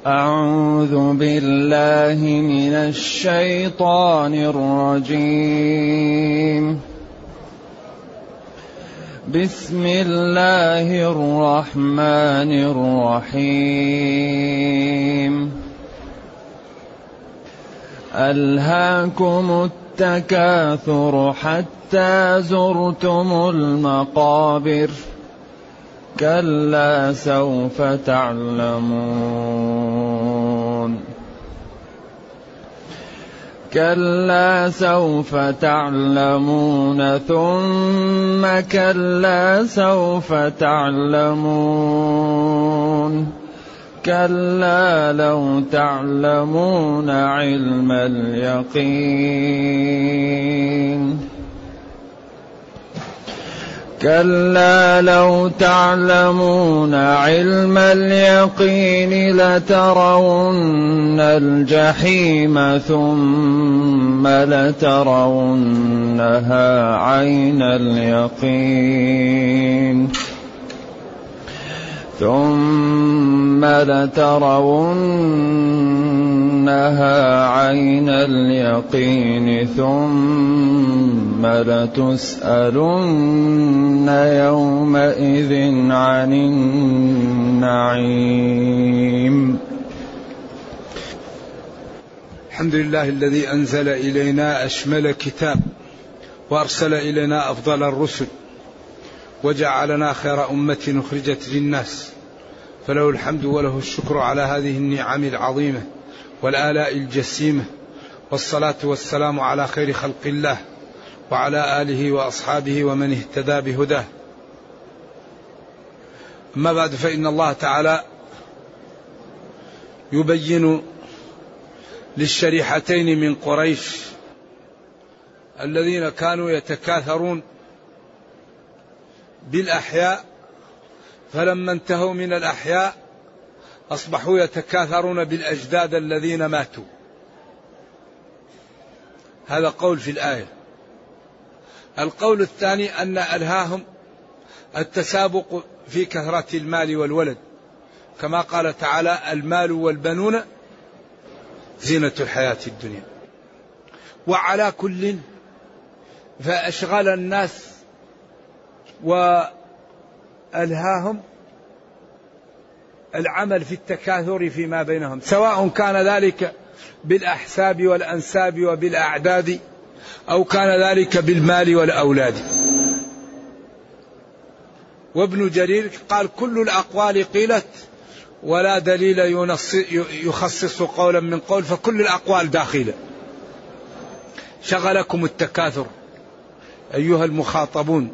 أعوذ بالله من الشيطان الرجيم. بسم الله الرحمن الرحيم. ألهاكم التكاثر حتى زرتم المقابر كلا سوف تعلمون ثم كلا سوف تعلمون كلا لو تعلمون علم اليقين لترون الجحيم ثم لترونها عين اليقين ثم لتسألن يومئذ عن النعيم. الحمد لله الذي أنزل إلينا أشمل كتاب وأرسل إلينا أفضل الرسل وجعلنا خير أمة أخرجت للناس، فله الحمد وله الشكر على هذه النعم العظيمة والآلاء الجسيمة، والصلاة والسلام على خير خلق الله وعلى آله وأصحابه ومن اهتدى بهداه. أما بعد، فإن الله تعالى يبين للشريحتين من قريش الذين كانوا يتكاثرون بالأحياء، فلما انتهوا من الأحياء أصبحوا يتكاثرون بالأجداد الذين ماتوا. هذا قول في الآية. القول الثاني أن ألهاهم التسابق في كثرة المال والولد، كما قال تعالى: المال والبنون زينة الحياة الدنيا. وعلى كل فأشغل الناس وألهاهم العمل في التكاثر فيما بينهم، سواء كان ذلك بالأحساب والأنساب وبالأعداد أو كان ذلك بالمال والأولاد. وابن جرير قال: كل الأقوال قيلت ولا دليل يخصص قولا من قول، فكل الأقوال داخلة. شغلكم التكاثر أيها المخاطبون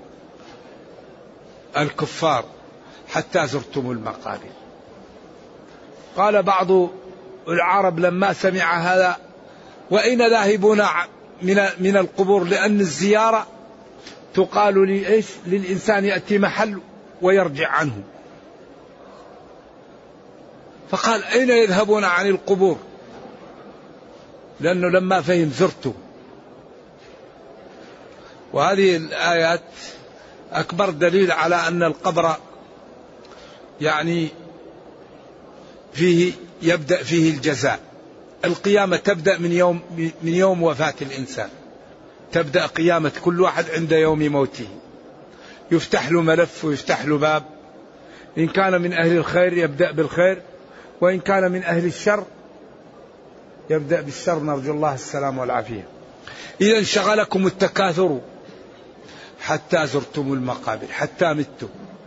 الكفار حتى زرتم المقابر. قال بعض العرب لما سمع هذا: وأين ذاهبون من القبور؟ لأن الزيارة تقال لإيش؟ للإنسان يأتي محل ويرجع عنه. فقال: أين يذهبون عن القبور؟ لأنه لما فهم زرته. وهذه الآيات أكبر دليل على أن القبر يعني يبدأ فيه الجزاء. القيامة تبدأ من يوم وفاة الإنسان، تبدأ قيامة كل واحد عند يوم موته. يفتح له ملف ويفتح له باب، إن كان من أهل الخير يبدأ بالخير، وإن كان من أهل الشر يبدأ بالشر، نرجو الله السلام والعافية. إذا شغلكم التكاثر حتى زرتم المقابر، حتى متم،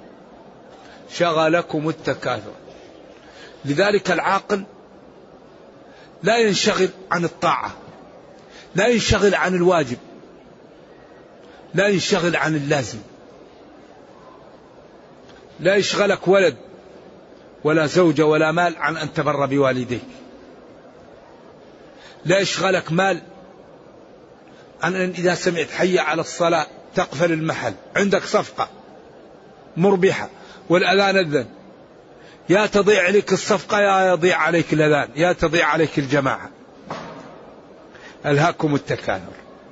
شغلكم التكاثر. لذلك العاقل لا ينشغل عن الطاعة، لا ينشغل عن الواجب، لا ينشغل عن اللازم. لا يشغلك ولد ولا زوجة ولا مال عن أن تبر بوالديك. لا يشغلك مال عن أن إذا سمعت حي على الصلاة تقفل المحل، عندك صفقة مربحة والأذان أذن، يا تضيع عليك الصفقة يا يضيع عليك الأذان، يا تضيع عليك الجماعة. ألهاكم التكاثر.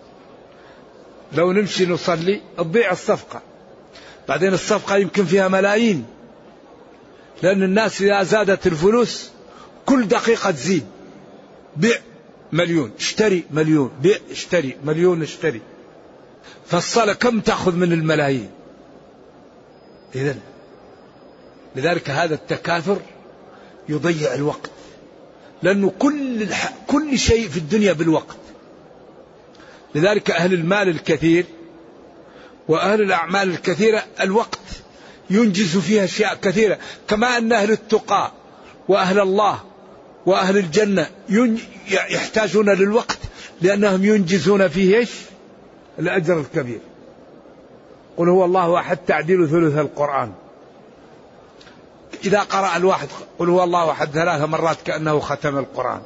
لو نمشي نصلي تضيع الصفقة، بعدين الصفقة يمكن فيها ملايين، لأن الناس إذا زادت الفلوس كل دقيقة تزيد، بيع مليون اشتري مليون، بيع اشتري مليون اشتري. فالصلاة كم تأخذ من الملايين؟ إذن لذلك هذا التكاثر يضيع الوقت، لأنه كل شيء في الدنيا بالوقت. لذلك أهل المال الكثير وأهل الأعمال الكثيرة الوقت ينجز فيها أشياء كثيرة، كما أن أهل التقى وأهل الله وأهل الجنة يحتاجون للوقت، لأنهم ينجزون فيه إيش؟ الأجر الكبير. قل هو الله أحد تعديل ثلث القرآن. إذا قرأ الواحد قل هو الله أحد 3 مرات كأنه ختم القرآن.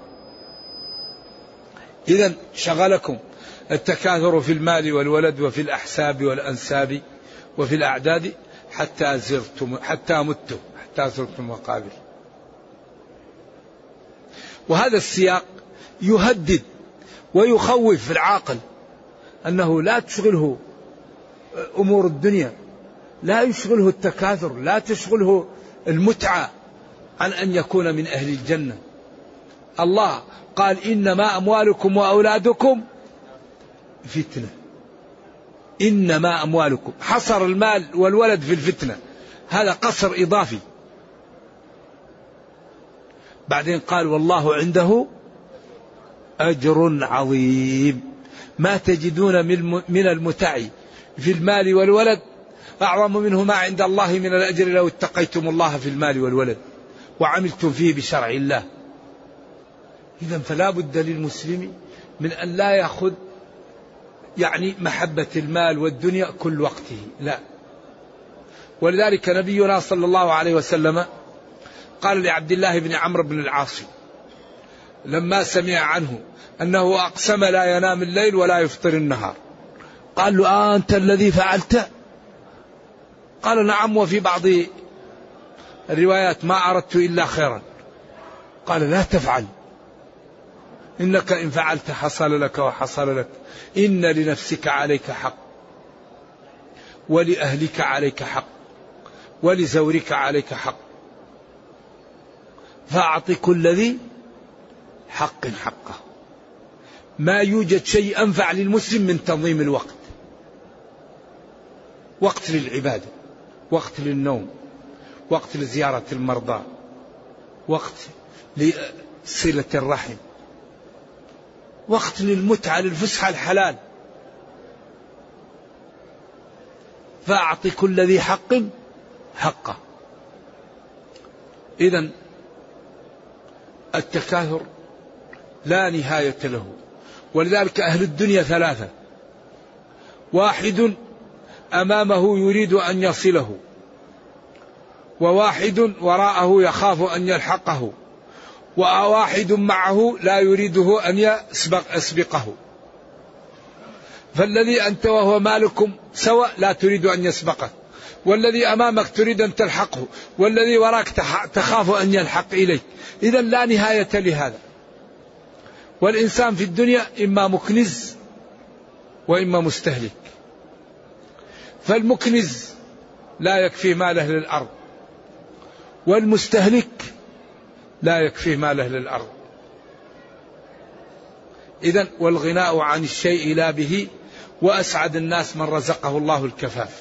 إذن شغلكم التكاثر في المال والولد وفي الأحساب والأنساب وفي الأعداد حتى زرتم، حتى متم، حتى زرتم المقابر. وهذا السياق يهدد ويخوف العاقل أنه لا تشغله أمور الدنيا، لا يشغله التكاثر، لا تشغله المتعة عن أن يكون من أهل الجنة. الله قال إنما أموالكم وأولادكم فتنة. إنما أموالكم، حصر المال والولد في الفتنة، هذا قصر إضافي. بعدين قال والله عنده أجر عظيم، ما تجدون من المتع في المال والولد أعظم منه ما عند الله من الأجر لو اتقيتم الله في المال والولد وعملتم فيه بشرع الله. إذن فلا بد للمسلم من أن لا يأخذ محبة المال والدنيا كل وقته، لا. ولذلك نبينا صلى الله عليه وسلم قال لعبد الله بن عمرو بن العاص لما سمع عنه أنه أقسم لا ينام الليل ولا يفطر النهار، قال له أنت الذي فعلت؟ قال نعم، وفي بعض الروايات ما أردت إلا خيرا. قال لا تفعل، إنك إن فعلت حصل لك وحصل لك. إن لنفسك عليك حق، ولأهلك عليك حق، ولزورك عليك حق، فأعط كل ذي حق حقه. ما يوجد شيء أنفع للمسلم من تنظيم الوقت. وقت للعبادة، وقت للنوم، وقت لزيارة المرضى، وقت لصلة الرحم، وقت للمتعة للفسحة الحلال. فأعط كل ذي حق حقه. إذن التكاثر لا نهاية له. ولذلك أهل الدنيا 3: واحد أمامه يريد أن يصله، وواحد وراءه يخاف أن يلحقه، وواحد معه لا يريده أن يسبقه. فالذي أنت وهو مالكم سواء، لا تريد أن يسبقك، والذي أمامك تريد أن تلحقه، والذي وراك تخاف أن يلحق إليك. إذن لا نهاية لهذا. والإنسان في الدنيا إما مكنز وإما مستهلك. فالمكنز لا يكفيه ماله للأرض، والمستهلك لا يكفيه ماله للأرض. إذن والغناء عن الشيء لا به، وأسعد الناس من رزقه الله الكفاف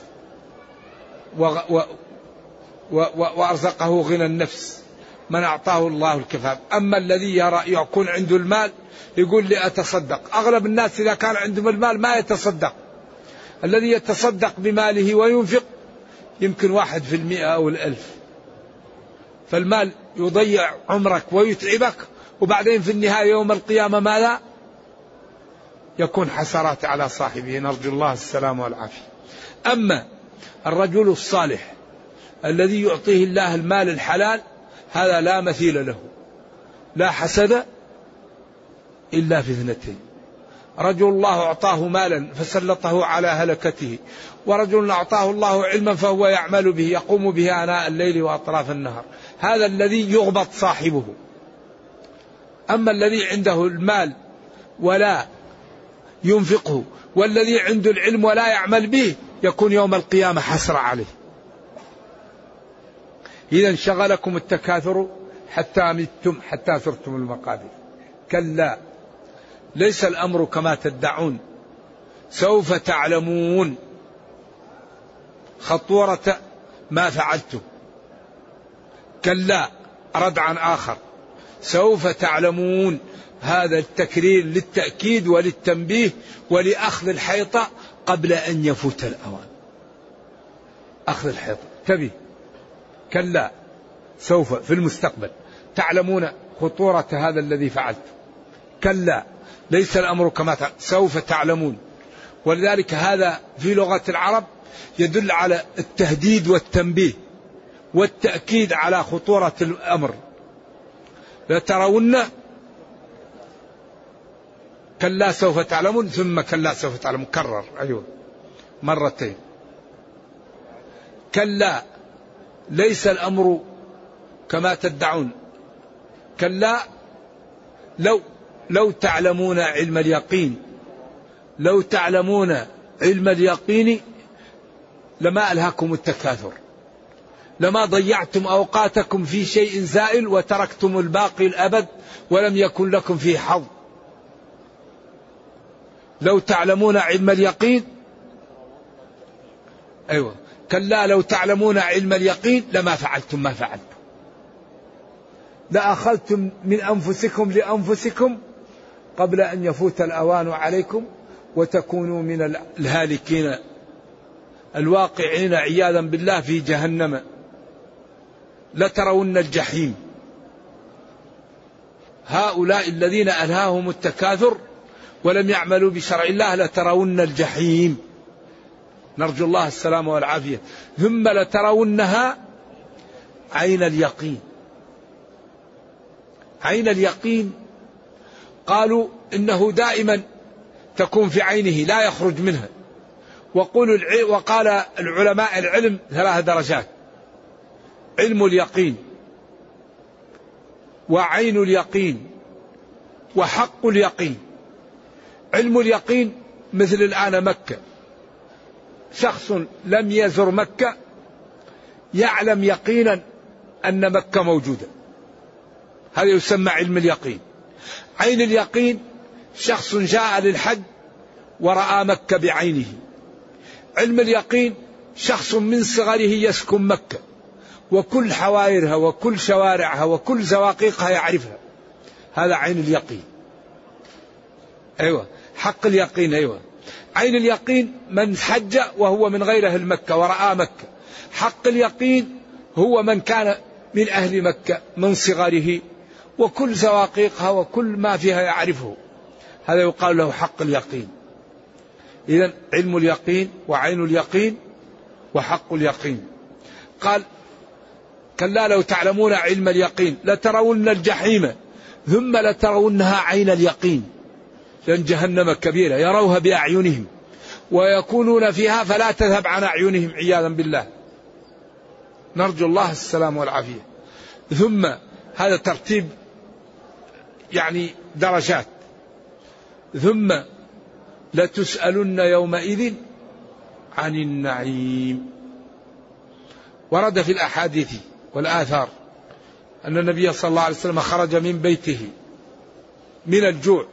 وأرزقه غنى النفس، من أعطاه الله الكفاف. أما الذي يكون عنده المال يقول لي أتصدق. أغلب الناس إذا كان عندهم المال ما يتصدق. الذي يتصدق بماله وينفق يمكن 1% أو 1000. فالمال يضيع عمرك ويتعبك، وبعدين في النهاية يوم القيامة ماذا؟ يكون حسرات على صاحبه، نرجو الله السلام والعافية. أما الرجل الصالح الذي يعطيه الله المال الحلال هذا لا مثيل له، لا حسد إلا في 2: رجل الله أعطاه مالا فسلطه على هلكته، ورجل أعطاه الله علما فهو يعمل به يقوم به آناء الليل وأطراف النهار. هذا الذي يغبط صاحبه. أما الذي عنده المال ولا ينفقه، والذي عنده العلم ولا يعمل به، يكون يوم القيامة حسرة عليه. إذا شغلكم التكاثر حتى متم حتى زرتم المقابر. كلا ليس الأمر كما تدعون، سوف تعلمون خطورة ما فعلتم. كلا ردعا آخر، سوف تعلمون، هذا التكرير للتأكيد وللتنبيه ولأخذ الحيطة قبل أن يفوت الأوان. أخذ الحيطة تبي. كلا سوف في المستقبل تعلمون خطورة هذا الذي فعلت. كلا ليس الأمر كما سوف تعلمون. ولذلك هذا في لغة العرب يدل على التهديد والتنبيه والتأكيد على خطورة الأمر. لترون كلا سوف تعلمون ثم كلا سوف تعلمون، كرر أيوه مرتين. كلا ليس الأمر كما تدعون. كلا لو تعلمون علم اليقين، لو تعلمون علم اليقين لما ألهاكم التكاثر، لما ضيعتم أوقاتكم في شيء زائل وتركتم الباقي الأبد ولم يكن لكم فيه حظ. لو تعلمون علم اليقين، أيوة كلا لو تعلمون علم اليقين لما فعلتم ما فعلتم، لأخذتم من أنفسكم لأنفسكم قبل أن يفوت الأوان عليكم وتكونوا من الهالكين الواقعين عياذا بالله في جهنم. لترون الجحيم. هؤلاء الذين ألهاهم التكاثر ولم يعملوا بشرع الله لترون الجحيم، نرجو الله السلامة والعافية. ثم لترونها عين اليقين. عين اليقين قالوا إنه دائما تكون في عينه لا يخرج منها. وقال العلماء العلم 3 درجات: علم اليقين وعين اليقين وحق اليقين. علم اليقين مثل الآن مكة، شخص لم يزر مكة يعلم يقينا أن مكة موجودة، هذا يسمى علم اليقين. عين اليقين شخص جاء للحج ورأى مكة بعينه. علم اليقين شخص من صغره يسكن مكة وكل حوائرها وكل شوارعها وكل زواقيقها يعرفها، هذا عين اليقين. أيوة حق اليقين. أيوة عين اليقين من حج وهو من غير أهل مكة ورأى مكة. حق اليقين هو من كان من أهل مكة من صغره وكل زواقيقها وكل ما فيها يعرفه، هذا يقال له حق اليقين. إذن علم اليقين وعين اليقين وحق اليقين. قال كلا لو تعلمون علم اليقين لترون الجحيم ثم لترونها عين اليقين، لأن جهنم كبيرة يروها بأعينهم ويكونون فيها فلا تذهب عن أعينهم عياذا بالله، نرجو الله السلام والعافية. ثم هذا ترتيب يعني درجات. ثم لتسألن يومئذ عن النعيم. ورد في الأحاديث والآثار أن النبي صلى الله عليه وسلم خرج من بيته من الجوع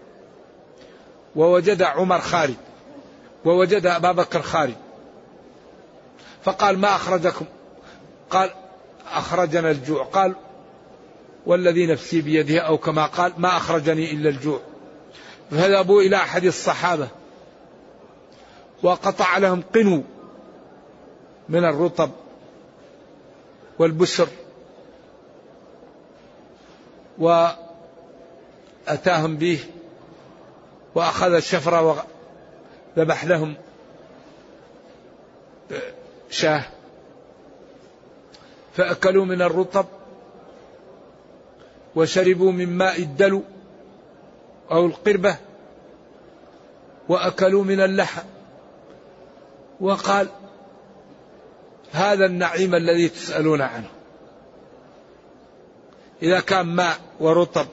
ووجد عمر خارج ووجد أبا بكر خارج، فقال ما أخرجكم؟ قال أخرجنا الجوع. قال والذي نفسي بيده، أو كما قال ما أخرجني إلا الجوع. فذهبوا إلى أحد الصحابة وقطع لهم قنو من الرطب والبسر وأتاهم به وأخذ الشفرة وذبح لهم شاه، فأكلوا من الرطب وشربوا من ماء الدلو أو القربة وأكلوا من اللحم. وقال هذا النعيم الذي تسألون عنه، إذا كان ماء ورطب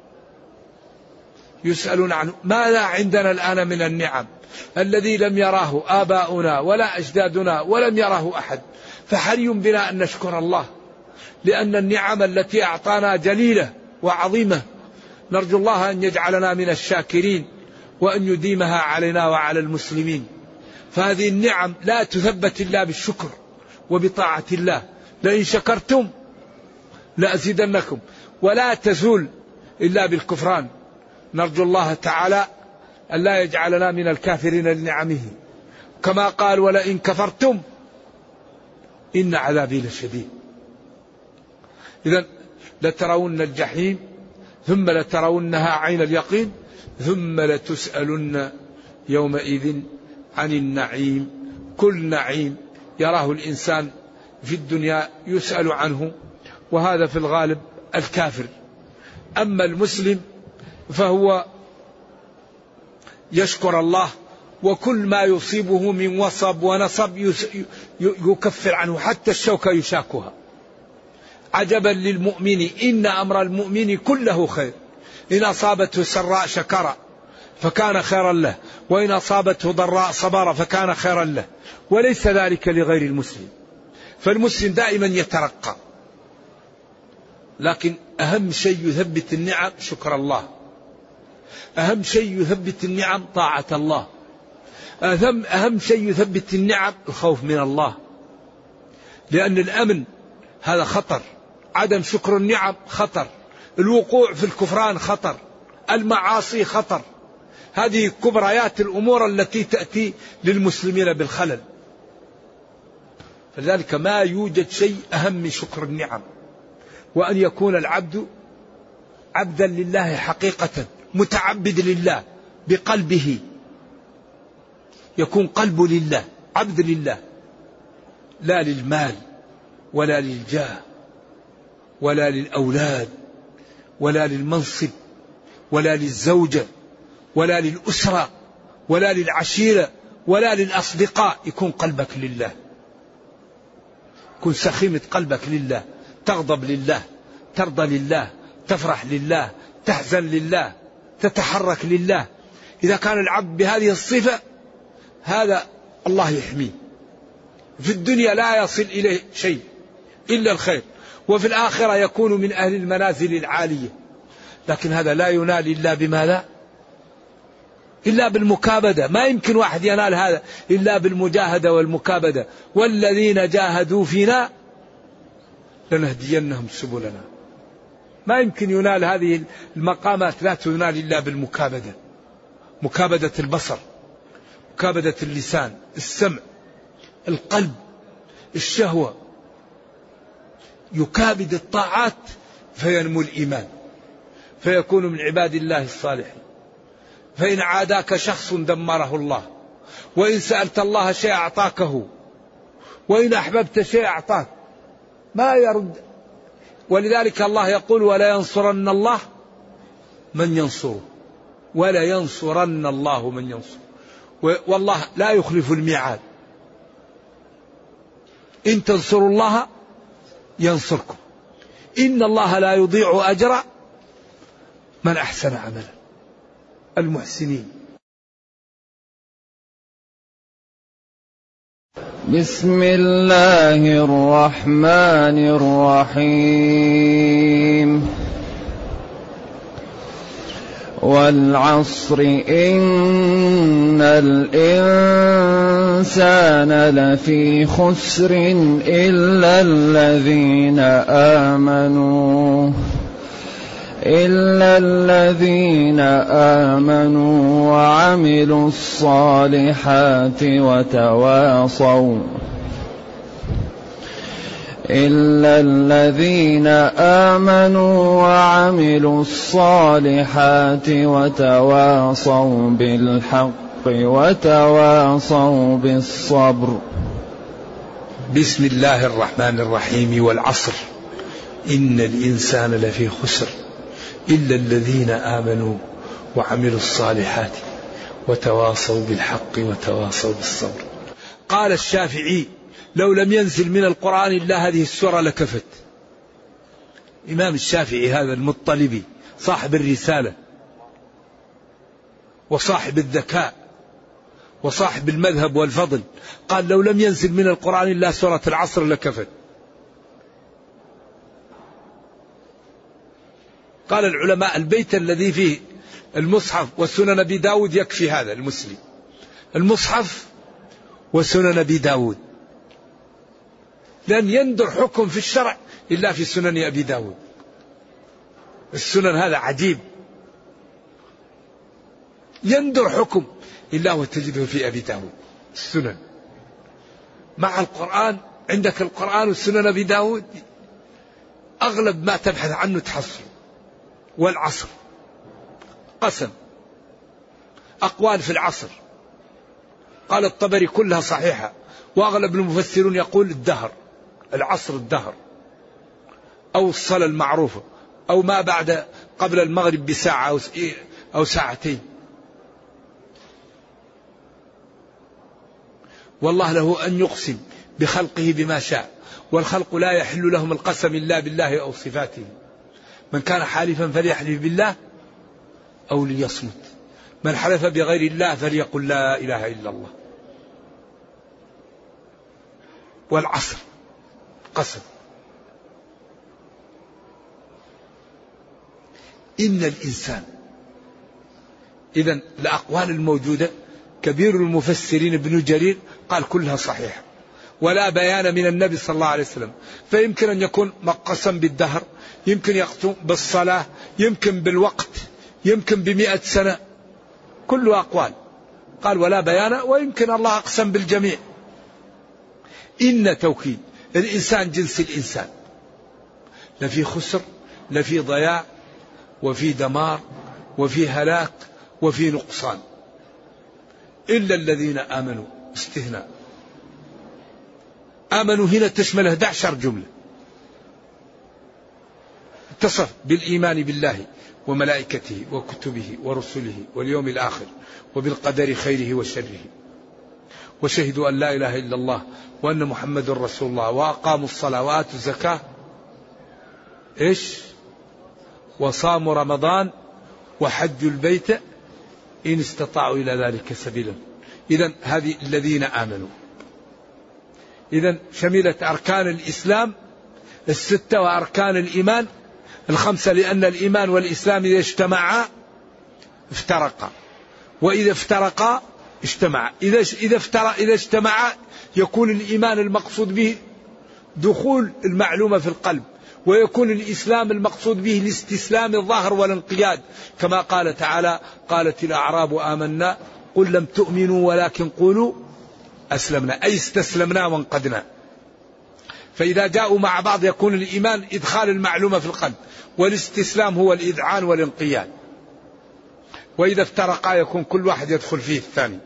يسألون عنه، ماذا عندنا الآن من النعم الذي لم يراه آباؤنا ولا أجدادنا ولم يراه أحد؟ فحري بنا أن نشكر الله لأن النعم التي أعطانا جليلة وعظيمة، نرجو الله أن يجعلنا من الشاكرين وأن يديمها علينا وعلى المسلمين. فهذه النعم لا تثبت إلا بالشكر وبطاعة الله، لئن شكرتم لأزيدنكم، ولا تزول إلا بالكفران. نرجو الله تعالى أن لا يجعلنا من الكافرين لنعمه، كما قال ولئن كفرتم إن عذابي لشديد. إذن لترون الجحيم ثم لترونها عين اليقين ثم لتسألن يومئذ عن النعيم. كل نعيم يراه الإنسان في الدنيا يسأل عنه، وهذا في الغالب الكافر. أما المسلم فهو يشكر الله، وكل ما يصيبه من وصب ونصب يكفر عنه، حتى الشوكة يشاكها. عجبا للمؤمن إن أمر المؤمن كله خير، إن أصابته سراء شكر فكان خيرا له، وإن أصابته ضراء صبر فكان خيرا له، وليس ذلك لغير المسلم. فالمسلم دائما يترقى، لكن أهم شيء يثبت النعم شكر الله، أهم شيء يثبت النعم طاعة الله، أهم شيء يثبت النعم الخوف من الله. لأن الأمن هذا خطر، عدم شكر النعم خطر، الوقوع في الكفران خطر، المعاصي خطر. هذه كبريات الأمور التي تأتي للمسلمين بالخلل. فلذلك ما يوجد شيء أهم من شكر النعم، وأن يكون العبد عبدا لله حقيقة، متعبد لله بقلبه، يكون قلبه لله، عبد لله، لا للمال ولا للجاه ولا للأولاد ولا للمنصب ولا للزوجة ولا للأسرة ولا للعشيرة ولا للأصدقاء. يكون قلبك لله، كن سخيمة قلبك لله، تغضب لله، ترضى لله، تفرح لله، تحزن لله، تتحرك لله. إذا كان العبد بهذه الصفة هذا الله يحميه، في الدنيا لا يصل إليه شيء إلا الخير، وفي الآخرة يكون من أهل المنازل العالية. لكن هذا لا ينال إلا بماذا؟ إلا بالمكابدة. ما يمكن واحد ينال هذا إلا بالمجاهدة والمكابدة. والذين جاهدوا فينا لنهدينهم سبلنا. ما يمكن ينال هذه المقامات، لا تنال إلا بالمكابدة، مكابدة البصر، مكابدة اللسان، السمع، القلب، الشهوة. يكابد الطاعات فينمو الإيمان، فيكون من عباد الله الصالحين. فإن عاداك شخص دمره الله، وإن سألت الله شيء أعطاكه، وإن أحببت شيء أعطاك، ما يرد. ولذلك الله يقول ولا ينصرن الله من ينصره، ولا ينصرن الله من ينصره، والله لا يخلف الميعاد. إن تنصروا الله ينصركم، إن الله لا يضيع أجر من أحسن عملا، المحسنين. بسم الله الرحمن الرحيم. والعصر إن الإنسان لفي خسر إلا الذين آمنوا وعملوا الصالحات وتواصوا بالحق وتواصوا بالصبر. بسم الله الرحمن الرحيم. والعصر إن الإنسان لفي خسر إلا الذين آمنوا وعملوا الصالحات وتواصوا بالحق وتواصوا بالصبر. قال الشافعي لو لم ينزل من القرآن إلا هذه السورة لكفت. إمام الشافعي هذا المطلبي صاحب الرسالة وصاحب الذكاء وصاحب المذهب والفضل، قال لو لم ينزل من القرآن إلا سورة العصر لكفت. قال العلماء البيت الذي فيه المصحف وسنن أبي داود يكفي هذا المسلم. المصحف وسنن أبي داود، لن يندر حكم في الشرع إلا في سنن أبي داود. السنن هذا عجيب، يندر حكم إلا وتجده في أبي داود. السنن مع القرآن، عندك القرآن والسنن أبي داود أغلب ما تبحث عنه تحصل. والعصر قسم، أقوال في العصر، قال الطبري كلها صحيحة، وأغلب المفسرون يقول الدهر، العصر الدهر، أو الصلاة المعروفة، أو ما بعد قبل المغرب بساعة أو ساعتين. والله له أن يقسم بخلقه بما شاء، والخلق لا يحل لهم القسم إلا بالله أو صفاته. من كان حالفا فليحلف بالله أو ليصمت، من حلف بغير الله فليقل لا إله إلا الله. والعصر قسم. إن الإنسان، إذن الأقوال الموجودة كبير المفسرين ابن جرير قال كلها صحيحة ولا بيان من النبي صلى الله عليه وسلم. فيمكن أن يكون مقسم بالدهر، يمكن يقسم بالصلاة، يمكن بالوقت، يمكن ب100 سنة، كله أقوال. قال ولا بيان، ويمكن الله أقسم بالجميع. إن توكيد الإنسان جنس الإنسان لفي خسر، لفي ضياع، وفي دمار، وفي هلاك، وفي نقصان، إلا الذين آمنوا. استثناء. آمنوا هنا تشمل 11 جملة. اتصف بالإيمان بالله وملائكته وكتبه ورسله واليوم الآخر وبالقدر خيره وشره، وشهدوا أن لا إله إلا الله وأن محمد رسول الله، وأقاموا الصلاة وآتوا الزكاة، إيش؟ وصاموا رمضان وحجوا البيت إن استطاعوا إلى ذلك سبيلا. إذن هذه الذين آمنوا. إذن شملت أركان الإسلام 6 وأركان الإيمان 5، لأن الإيمان والإسلام إذا اجتمعا افترقا، وإذا افترقا اجتمعا. إذا اجتمعا يكون الإيمان المقصود به دخول المعلومة في القلب، ويكون الإسلام المقصود به الاستسلام الظاهر والانقياد، كما قال تعالى قالت الأعراب آمنا قل لم تؤمنوا ولكن قولوا أسلمنا، أي استسلمنا وانقدنا. فإذا جاءوا مع بعض يكون الإيمان إدخال المعلومة في القلب، والاستسلام هو الإذعان والانقياد. وإذا افترقا يكون كل واحد يدخل فيه الثاني.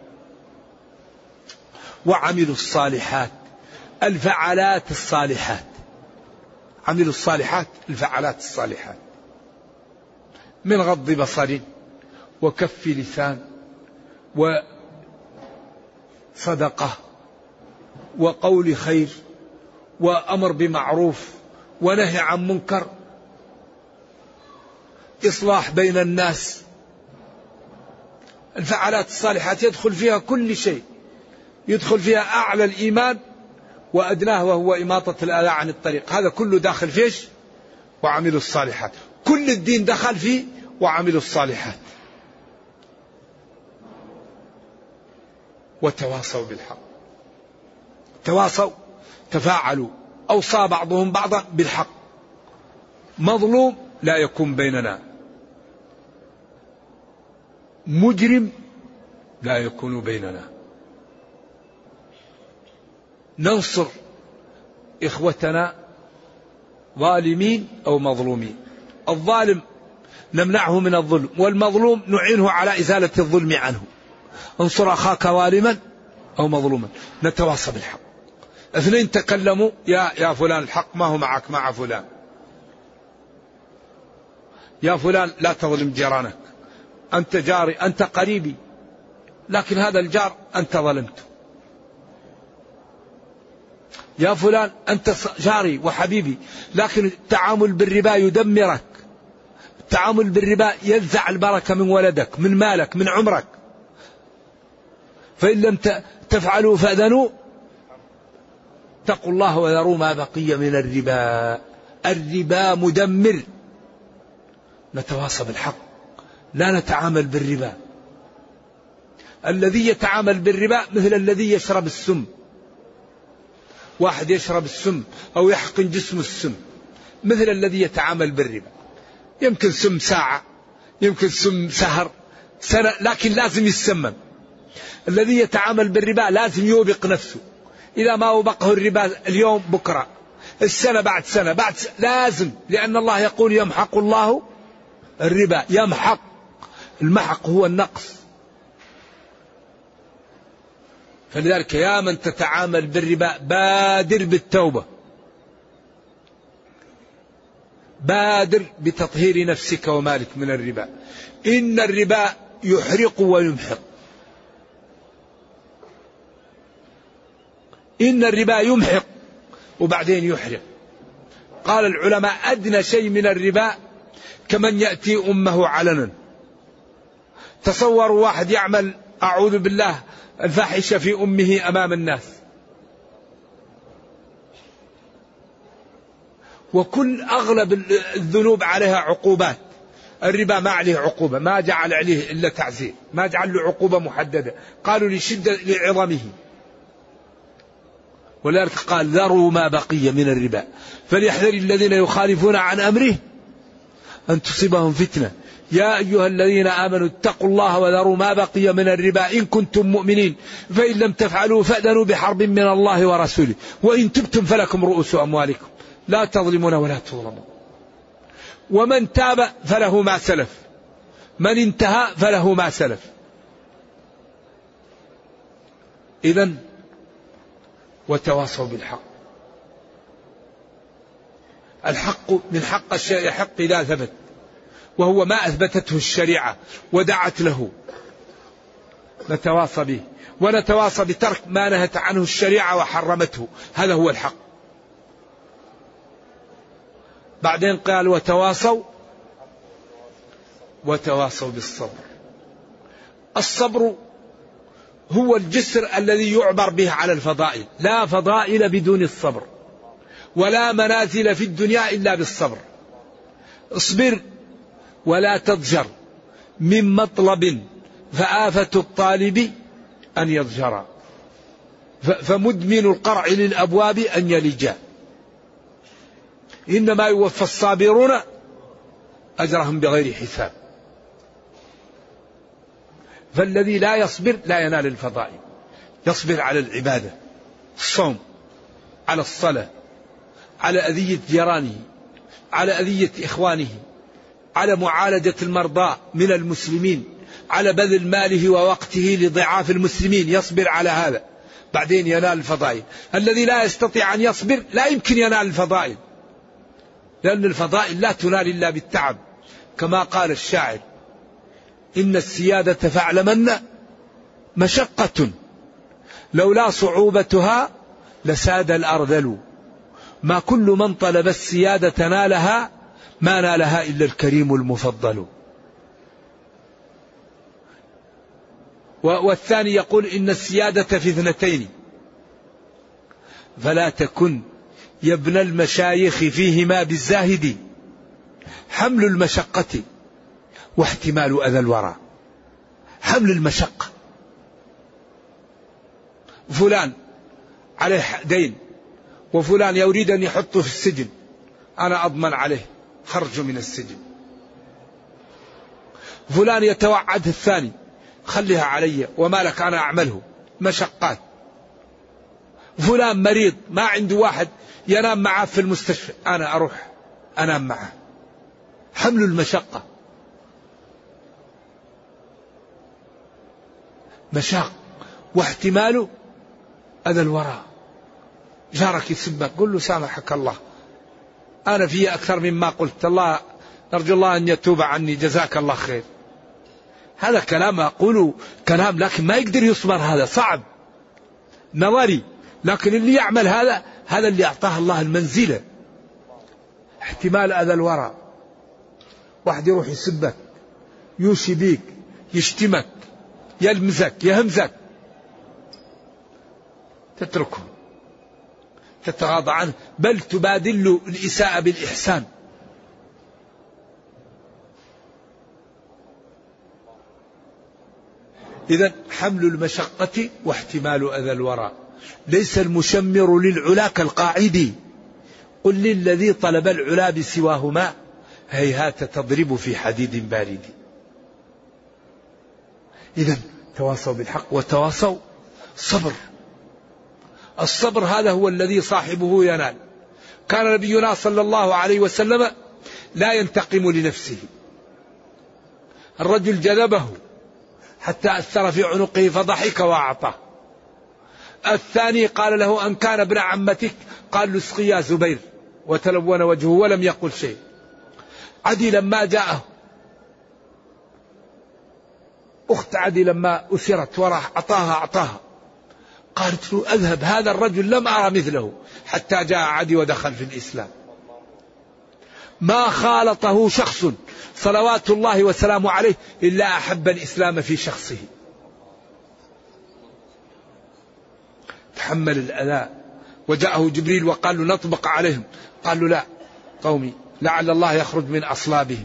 وعملوا الصالحات، الفعلات الصالحات، عملوا الصالحات الفعلات الصالحات، من غض بصر وكف لسان وصدقة وقول خير وأمر بمعروف ونهي عن منكر، إصلاح بين الناس. الفعلات الصالحات يدخل فيها كل شيء، يدخل فيها أعلى الإيمان وأدناه وهو إماطة الأذى عن الطريق، هذا كله داخل فيش وعملوا الصالحات. كل الدين دخل فيه وعملوا الصالحات. وتواصوا بالحق، تواصوا تفاعلوا، أوصى بعضهم بعضا بالحق. مظلوم لا يكون بيننا، مجرم لا يكون بيننا. ننصر إخوتنا ظالمين أو مظلومين. الظالم نمنعه من الظلم، والمظلوم نعينه على إزالة الظلم عنه. انصر أخاك ظالما أو مظلوما. نتواصى بالحق. 2 تكلموا يا فلان الحق ما هو معك مع فلان، يا فلان لا تظلم جيرانك، أنت جاري أنت قريبي، لكن هذا الجار أنت ظلمته. يا فلان أنت جاري وحبيبي، لكن التعامل بالربا يدمرك، التعامل بالربا ينزع البركة من ولدك، من مالك، من عمرك. فإن لم تفعلوا فأذنوا اتقوا الله وذروا ما بقي من الربا. الربا مدمر، نتواصى بالحق، لا نتعامل بالربا. الذي يتعامل بالربا مثل الذي يشرب السم، واحد يشرب السم أو يحقن جسم السم، مثل الذي يتعامل بالربا. يمكن سم ساعة، يمكن سم سهر، سنة، لكن لازم يسمم. الذي يتعامل بالربا لازم يوبق نفسه، إذا ما وبقه الربا اليوم بكرة، السنة بعد سنة بعد سنة، لازم، لأن الله يقول يمحق الله الربا. يمحق، المحق هو النقص. فلذلك يا من تتعامل بالربا بادر بالتوبة، بادر بتطهير نفسك ومالك من الربا. إن الربا يحرق ويمحق. إن الربا يمحق وبعدين يحرق. قال العلماء أدنى شيء من الربا كمن يأتي أمه علنا. تصوروا واحد يعمل أعوذ بالله الفاحشة في أمه أمام الناس، وكل أغلب الذنوب عليها عقوبات. الربا ما عليه عقوبة، ما جعل عليه إلا تعزير، ما جعل له عقوبة محددة، قالوا لشدة لعظمه. ولذلك قال ذروا ما بقي من الربا فليحذر الذين يخالفون عن أمره أن تصيبهم فتنة. يا أيها الذين آمنوا اتقوا الله وذروا ما بقي من الربا إن كنتم مؤمنين فإن لم تفعلوا فأذنوا بحرب من الله ورسوله وإن تبتم فلكم رؤوس أموالكم لا تظلمون ولا تظلمون. ومن تاب فله ما سلف، من انتهى فله ما سلف. إذن وتواصوا بالحق. الحق من حق الشيء يحق إذا ثبت، وهو ما أثبتته الشريعة ودعت له، نتواصى به. ونتواصى بترك ما نهت عنه الشريعة وحرمته، هذا هو الحق. بعدين قال وتواصوا بالصبر. الصبر هو الجسر الذي يعبر به على الفضائل. لا فضائل بدون الصبر، ولا منازل في الدنيا إلا بالصبر. اصبر ولا تضجر من مطلب فآفة الطالب أن يضجر، فمدمن القرع للأبواب أن يلجا. إنما يوفى الصابرون أجرهم بغير حساب. فالذي لا يصبر لا ينال الفضائل. يصبر على العبادة، الصوم، على الصلاة، على أذية جيرانه، على أذية إخوانه، على معالجة المرضى من المسلمين، على بذل ماله ووقته لضعاف المسلمين، يصبر على هذا، بعدين ينال الفضائل. الذي لا يستطيع أن يصبر لا يمكن ينال الفضائل، لأن الفضائل لا تنال إلا بالتعب. كما قال الشاعر إن السيادة فاعلمن مشقة لولا صعوبتها لساد الأرذل، ما كل من طلب السيادة نالها، ما نالها إلا الكريم المفضل. والثاني يقول إن السيادة في اثنتين فلا تكن يا ابن المشايخ فيهما بالزاهد، حمل المشقة واحتمال أذى الورى. حمل المشقة، فلان عليه دين وفلان يريد أن يحطه في السجن، أنا أضمن عليه خرجه من السجن. فلان يتوعد الثاني خليها علي وما لك أنا أعمله، مشقات. فلان مريض ما عنده واحد ينام معه في المستشفى، أنا أروح أنام معه. حمل المشقة، مشاق، واحتمال أذى الورى. جارك يسبك قل له سامحك الله، أنا فيه أكثر مما قلت، الله نرجو الله أن يتوب عني، جزاك الله خير. هذا كلام أقوله كلام، لكن ما يقدر يصبر، هذا صعب نظري. لكن اللي يعمل هذا اللي أعطاه الله المنزلة. احتمال أذى الورى، واحد يروح يسبك، يوشي بيك، يشتمك، يلمزك، يهمزك، تتركه، تتغاضى عنه، بل تبادل الإساءة بالإحسان. إذن حمل المشقة واحتمال أذى الورى. ليس المشمر للعلا كالقاعد، قل للذي طلب العلا بسواهما هيهات تضرب في حديد بارد. إذن تواصوا بالحق وتواصوا صبر. الصبر هذا هو الذي صاحبه ينال. كان نبينا صلى الله عليه وسلم لا ينتقم لنفسه. الرجل جذبه حتى أثر في عنقه فضحك وأعطاه. الثاني قال له أن كان ابن عمتك، قال له اسقي يا زبير، وتلون وجهه ولم يقل شيء. عدي لما جاءه أخت عدي لما أسرت وراح أعطاها قالت له أذهب، هذا الرجل لم أرى مثله، حتى جاء عدي ودخل في الإسلام. ما خالطه شخص صلوات الله وسلامه عليه إلا أحب الإسلام في شخصه. تحمل الأذى. وجاءه جبريل وقال له نطبق عليهم، قال له لا قومي لعل الله يخرج من أصلابهم.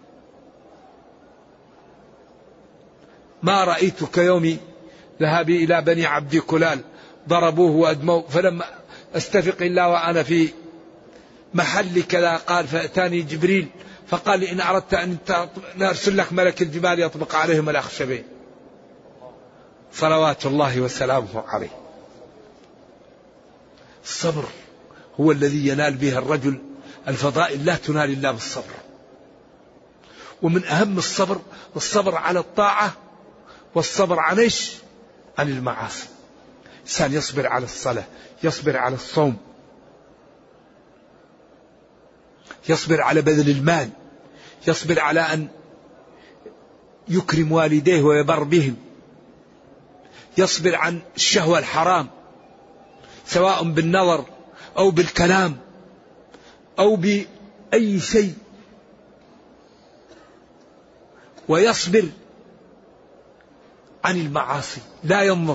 ما رأيت كيوم ذهابي إلى بني عبد كلال ضربوه وأدموه، فلم أستفق إلا وأنا في محل كذا. قال فأتاني جبريل فقال لي إن أردت أن نرسل لك ملك الجبال يطبق عليهم الأخشبين. صلوات الله وسلامه عليه. الصبر هو الذي ينال به الرجل الفضائل، لا تنال إلا بالصبر. ومن أهم الصبر على الطاعة، والصبر عن المعاصي. إنسان يصبر على الصلاة، يصبر على الصوم، يصبر على بذل المال، يصبر على أن يكرم والديه ويبر بهم، يصبر عن الشهوة الحرام سواء بالنظر أو بالكلام أو بأي شيء، ويصبر عن المعاصي، لا ينظر،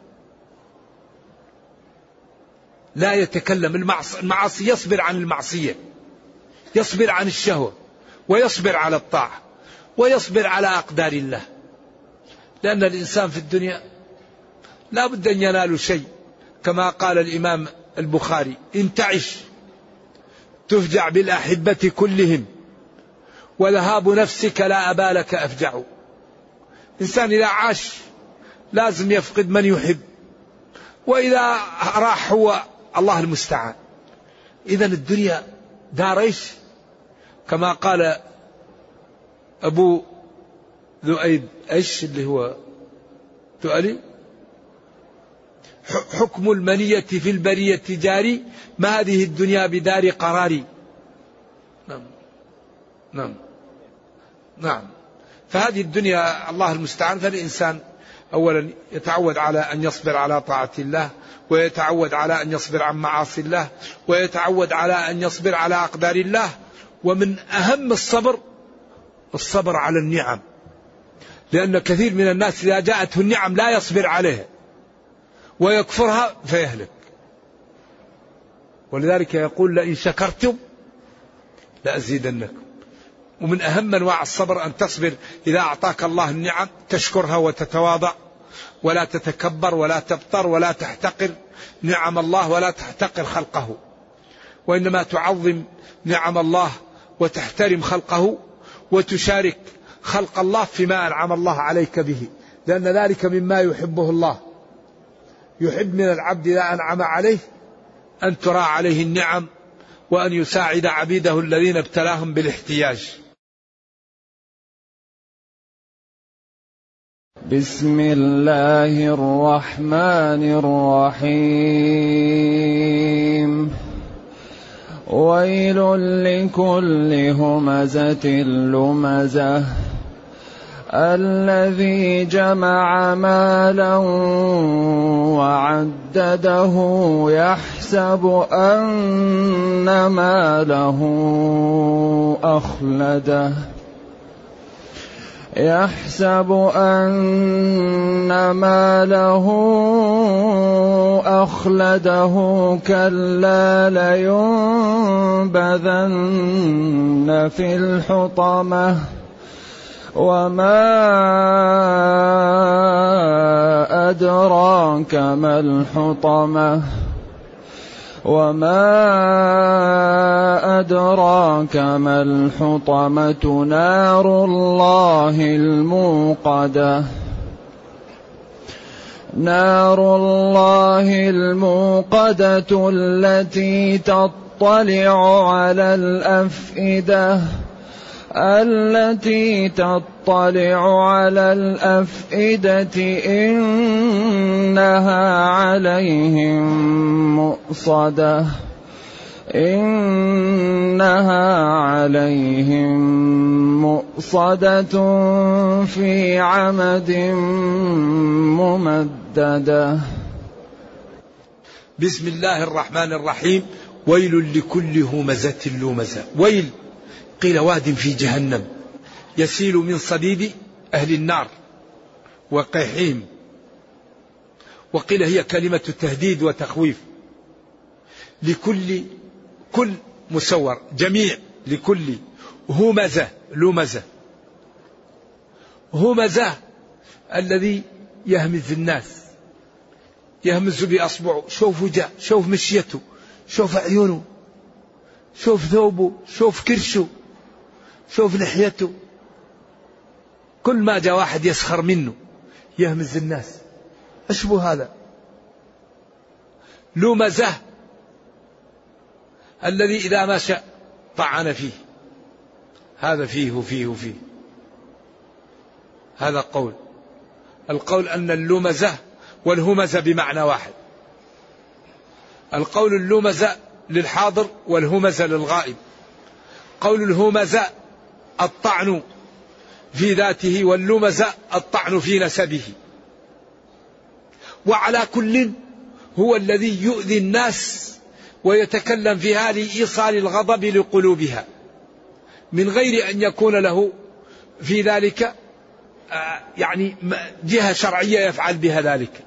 لا يتكلم. المعاصي يصبر عن المعصية، يصبر عن الشهوة، ويصبر على الطاعة، ويصبر على أقدار الله. لأن الإنسان في الدنيا لا بد أن ينال شيء، كما قال الإمام البخاري إن تعش تفجع بالأحبة كلهم، وذهاب نفسك لا أبالك أفجع. إنسان إذا عاش لازم يفقد من يحب، وإذا راح هو الله المستعان. إذن الدنيا دار إيش؟ كما قال أبو ذؤيب إيش اللي هو تؤلي حكم المنية في البرية جاري، ما هذه الدنيا بدار قراري. نعم. فهذه الدنيا الله المستعان. فالإنسان أولا يتعود على أن يصبر على طاعة الله، ويتعود على أن يصبر عن معاصي الله، ويتعود على أن يصبر على أقدار الله. ومن أهم الصبر على النعم، لأن كثير من الناس إذا جاءته النعم لا يصبر عليها ويكفرها فيهلك. ولذلك يقول لئن شكرتم لأزيدنكم. ومن أهم أنواع الصبر أن تصبر إذا أعطاك الله النعم، تشكرها وتتواضع، ولا تتكبر ولا تبطر ولا تحتقر نعم الله ولا تحتقر خلقه، وإنما تعظم نعم الله وتحترم خلقه، وتشارك خلق الله فيما أنعم الله عليك به، لأن ذلك مما يحبه الله. يحب من العبد إذا أنعم عليه أن ترى عليه النعم، وأن يساعد عبيده الذين ابتلاهم بالاحتياج. بسم الله الرحمن الرحيم. ويل لكل همزة لمزة الذي جمع مالا وعدده يحسب أن ماله أخلده كلا لينبذن في الحطمة وما أدراك ما الحطمة وما أدراك ما الحطمة نار الله الموقدة التي تطلع على الأفئدة إنها عليهم مؤصدة في عمد ممددة. بسم الله الرحمن الرحيم. ويل لكل همزة لمزة. ويل قيل واد في جهنم يسيل من صديد أهل النار وقيحهم، وقيل هي كلمة تهديد وتخويف. كل مسور جميع لكل همزة لمزة. همزة الذي يهمز الناس، يهمز بأصبعه، شوف وجهه، شوف مشيته، شوف عيونه، شوف ثوبه، شوف كرشه، شوف لحيته. كل ما جاء واحد يسخر منه يهمز الناس. أشبه هذا. لمزة الذي إذا مشى طعن فيه، هذا فيه وفيه وفيه. هذا قول. القول أن اللمزة والهمزة بمعنى واحد. القول اللمزة للحاضر والهمزة للغائب. قول الهمزة الطعن في ذاته، واللمزة الطعن في نسبه. وعلى كل هو الذي يؤذي الناس ويتكلم فيها لإيصال الغضب لقلوبها من غير أن يكون له في ذلك يعني جهة شرعية يفعل بها ذلك.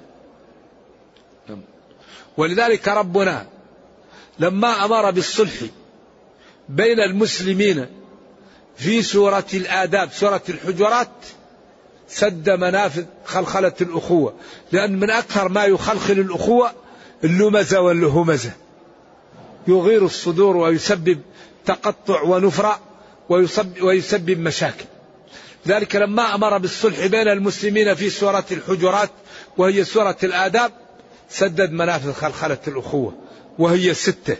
ولذلك ربنا لما أمر بالصلح بين المسلمين في سورة الآداب سورة الحجرات سد منافذ خلخلة الأخوة، لأن من أكثر ما يخلخل الأخوة اللمزة والهمزة، يغير الصدور ويسبب تقطع ونفرة ويسبب مشاكل. ذلك لما أمر بالصلح بين المسلمين في سورة الحجرات وهي سورة الآداب سدد منافذ خلخلة الأخوة وهي 6.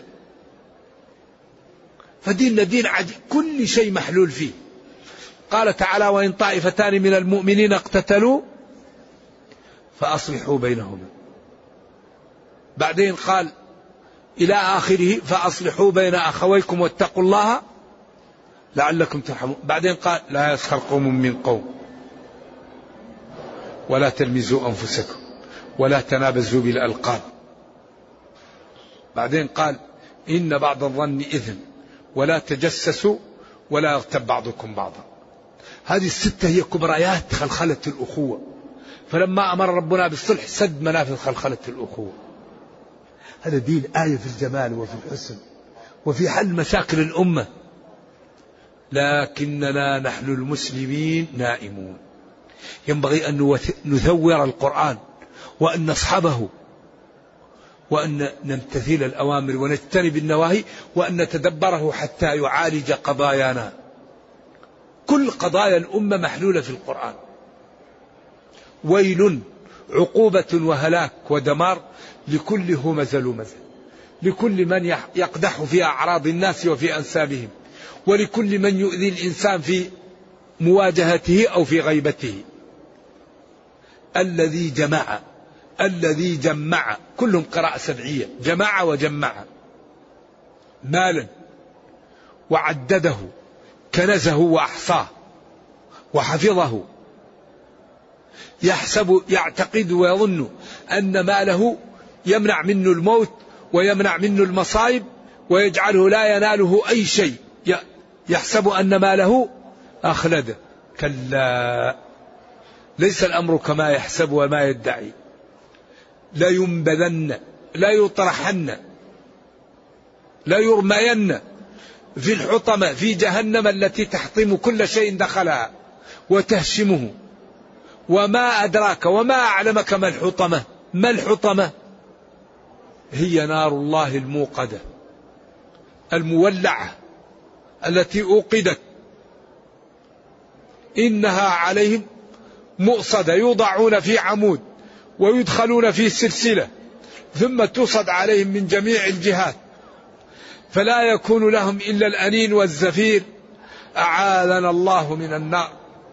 فديننا دين عجيب، كل شيء محلول فيه. قال تعالى: وإن طائفتان من المؤمنين اقتتلوا فأصلحوا بينهما. بعدين قال إلى آخره: فأصلحوا بين أخويكم واتقوا الله لعلكم ترحمون. بعدين قال: لا يسخر قوم من قوم ولا تلمزوا أنفسكم ولا تنابزوا بالألقاب. بعدين قال: إن بعض الظن إثم ولا تجسسوا ولا يغتب بعضكم بعضا. هذه 6 هي كبريات خلخلة الأخوة. فلما أمر ربنا بالصلح سد منافذ خلخلة الأخوة. هذا دين آية في الجمال وفي الحسن وفي حل مشاكل الأمة. لكننا نحن المسلمين نائمون. ينبغي أن نثور القرآن وأن نصحبه وأن نمتثل الأوامر ونجتنب النواهي وأن نتدبره حتى يعالج قضايانا. كل قضايا الأمة محلولة في القرآن. ويل عقوبة وهلاك ودمار لكل همزة لمزة، لكل من يقدح في أعراض الناس وفي أنسابهم، ولكل من يؤذي الإنسان في مواجهته أو في غيبته. الذي جمع كلهم قراءة سبعية، جمع وجمع مالا وعدده، كنزه وأحصاه وحفظه. يعتقد ويظن أن ماله يمنع منه الموت ويمنع منه المصائب ويجعله لا يناله أي شيء. يحسب أن ماله أخلده. كلا، ليس الأمر كما يحسب وما يدعي. لا ينبذن، لا يطرحن، لا يرمين في الحطمة في جهنم التي تحطم كل شيء دخلها وتهشمه. وما أدراك وما أعلمك ما الحطمة. ما الحطمة؟ هي نار الله الموقدة المولعة التي أوقدت، إنها عليهم مؤصدة، يوضعون في عمود ويدخلون في سلسلة ثم تصد عليهم من جميع الجهات، فلا يكون لهم إلا الأنين والزفير. أعاذنا الله من النار،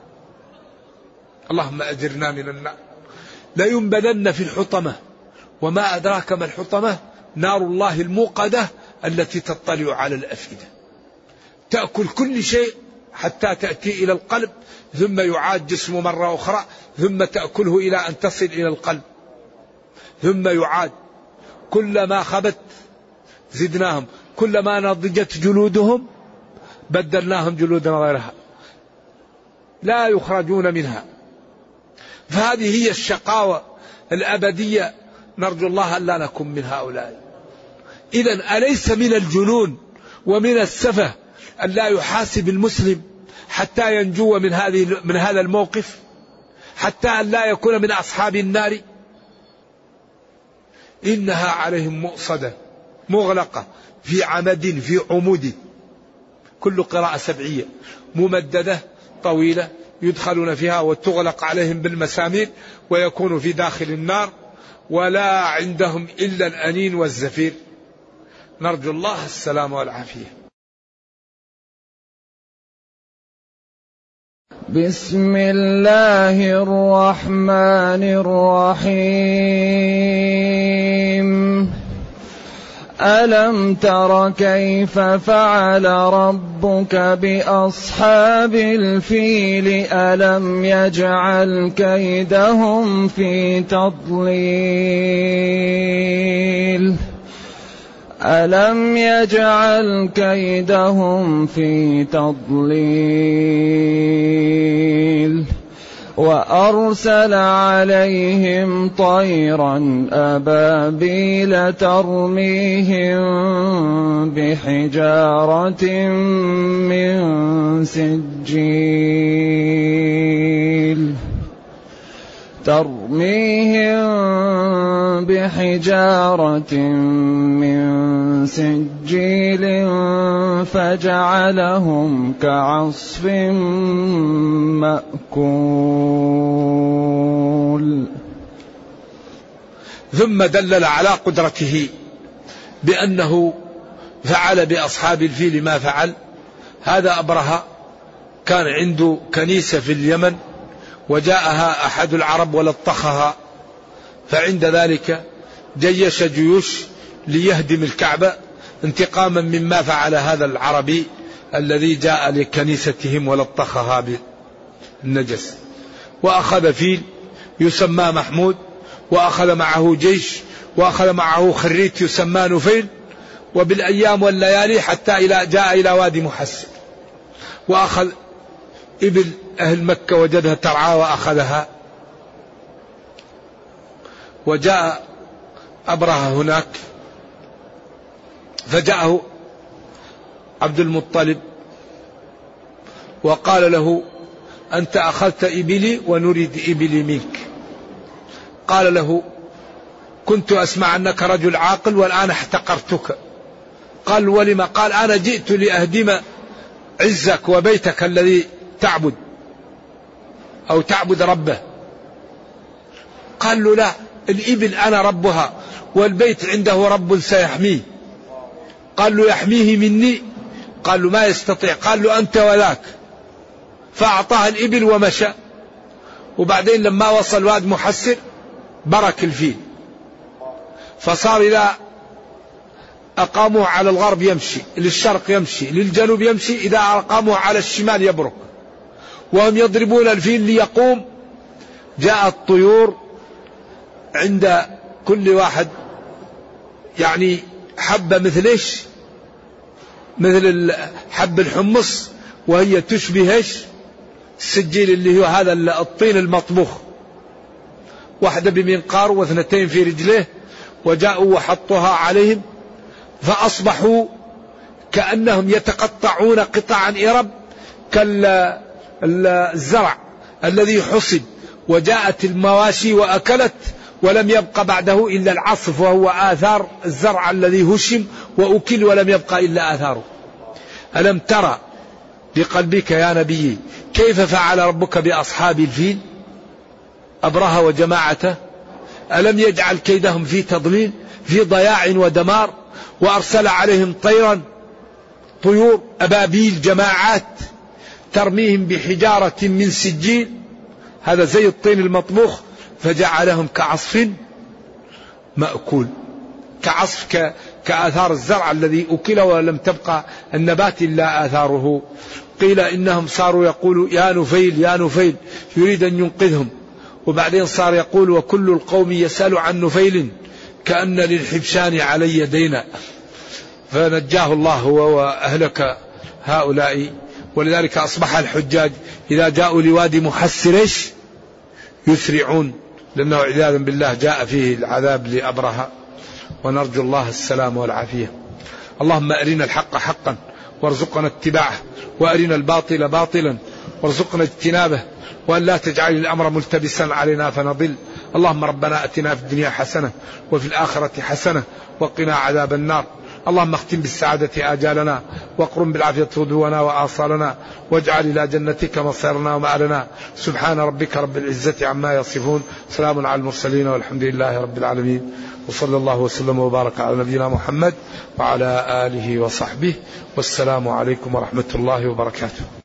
اللهم أجرنا من النار. لينبذن في الحطمة. وما أدراك ما الحطمة؟ نار الله الموقدة التي تطلع على الأفئدة، تأكل كل شيء حتى تأتي إلى القلب، ثم يعاد جسمه مرة أخرى، ثم تأكله إلى أن تصل إلى القلب، ثم يعاد. كلما خبت زدناهم، كلما نضجت جلودهم بدلناهم جلودا غيرها، لا يخرجون منها. فهذه هي الشقاوة الأبدية، نرجو الله أن لا نكون من هؤلاء. إذن أليس من الجنون ومن السفه أن لا يحاسب المسلم حتى ينجو من هذا الموقف، حتى أن لا يكون من أصحاب النار؟ إنها عليهم مؤصدة مغلقة في عمد، في عمود، كل قراءة سبعية، ممددة طويلة يدخلون فيها وتغلق عليهم بالمسامير ويكون في داخل النار، ولا عندهم إلا الأنين والزفير. نرجو الله السلام والعافية. بسم الله الرحمن الرحيم. ألم تر كيف فعل ربك بأصحاب الفيل؟ ألم يجعل كيدهم في تضليل؟ ألم يجعل كيدهم في تضليل؟ وأرسل عليهم طيرا أبابيل ترميهم بحجارة من سجيل فجعلهم كعصف مأكول. ثم دلل على قدرته بأنه فعل بأصحاب الفيل ما فعل. هذا أبرهة كان عنده كنيسة في اليمن، وجاءها أحد العرب ولطخها، فعند ذلك جيش جيوش ليهدم الكعبة انتقاما مما فعل هذا العربي الذي جاء لكنيستهم ولطخها بالنجس. وأخذ فيل يسمى محمود، وأخذ معه جيش، وأخذ معه خريت يسمى نفيل، وبالأيام والليالي حتى جاء إلى وادي محسن، وأخذ إبل أهل مكة وجدها ترعى وأخذها. وجاء أبرهة هناك، فجاءه عبد المطلب وقال له: أنت أخذت إبلي ونريد إبلي منك. قال له: كنت أسمع أنك رجل عاقل والآن احتقرتك. قال: ولما؟ قال: أنا جئت لأهدم عزك وبيتك الذي تعبد أو تعبد ربه. قال له: لا، الإبل أنا ربها والبيت عنده رب سيحميه. قال له: يحميه مني؟ قال له: ما يستطيع. قال له: أنت وذاك. فأعطاه الإبل ومشى. وبعدين لما وصل واد محسر برك الفيل، فصار إذا أقاموا على الغرب يمشي، للشرق يمشي، للجنوب يمشي، إذا أقاموا على الشمال يبرك، وهم يضربون الفيل ليقوم. جاءت طيور عند كل واحد يعني حبة مثل إيش؟ مثل حب الحمص، وهي تشبه إيش؟ السجيل اللي هو هذا الطين المطبوخ، واحدة بمنقار واثنتين في رجليه، وجاءوا وحطوها عليهم فأصبحوا كأنهم يتقطعون قطعا إرب الزرع الذي حصد وجاءت المواشي وأكلت ولم يبق بعده إلا العصف، وهو آثار الزرع الذي هشم وأكل ولم يبق إلا آثاره. ألم ترى بقلبك يا نبي كيف فعل ربك بأصحاب الفيل؟ أبرهة وجماعته ألم يجعل كيدهم في تضليل، في ضياع ودمار، وأرسل عليهم طيور أبابيل جماعات ترميهم بحجارة من سجيل، هذا زي الطين المطبوخ، فجعلهم كعصف مأكول، كعصف كآثار الزرع الذي أكل ولم تبقى النبات إلا آثاره. قيل إنهم صاروا يقولوا يا نفيل يا نفيل، يريد أن ينقذهم، وبعدين صار يقول وكل القوم يسأل عن نفيل كأن للحبشان علي دينا، فنجاه الله وأهلك هؤلاء. ولذلك أصبح الحجاج إذا جاءوا لوادي محسر يسرعون، لأنه عياذا بالله جاء فيه العذاب لأبرهة، ونرجو الله السلام والعافية. اللهم أرنا الحق حقا وارزقنا اتباعه، وأرنا الباطل باطلا وارزقنا اجتنابه، وأن لا تجعل الأمر ملتبسا علينا فنضل. اللهم ربنا أتنا في الدنيا حسنة وفي الآخرة حسنة وقنا عذاب النار. اللهم اختم بالسعادة آجالنا، واقرم بالعافية غدونا وآصالنا، واجعل إلى جنتك مصيرنا ومآلنا. سبحان ربك رب العزة عما يصفون، سلام على المرسلين والحمد لله رب العالمين، وصلى الله وسلم وبارك على نبينا محمد وعلى آله وصحبه، والسلام عليكم ورحمة الله وبركاته.